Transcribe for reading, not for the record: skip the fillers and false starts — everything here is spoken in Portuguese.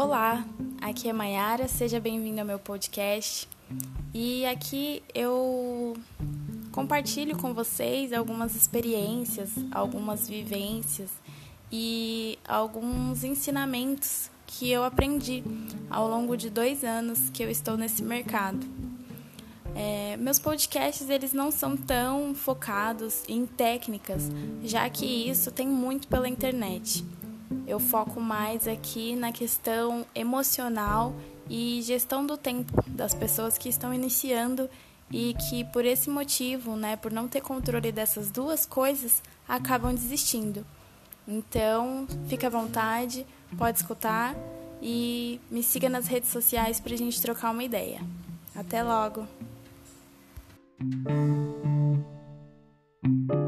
Olá, aqui é Maiara, seja bem-vindo ao meu podcast. E aqui eu compartilho com vocês algumas experiências, algumas vivências e alguns ensinamentos que eu aprendi ao longo de 2 anos que eu estou nesse mercado. Meus podcasts eles não são tão focados em técnicas, já que isso tem muito pela internet. Eu foco mais aqui na questão emocional e gestão do tempo das pessoas que estão iniciando e que por esse motivo, por não ter controle dessas duas coisas, acabam desistindo. Então, fica à vontade, pode escutar e me siga nas redes sociais para a gente trocar uma ideia. Até logo!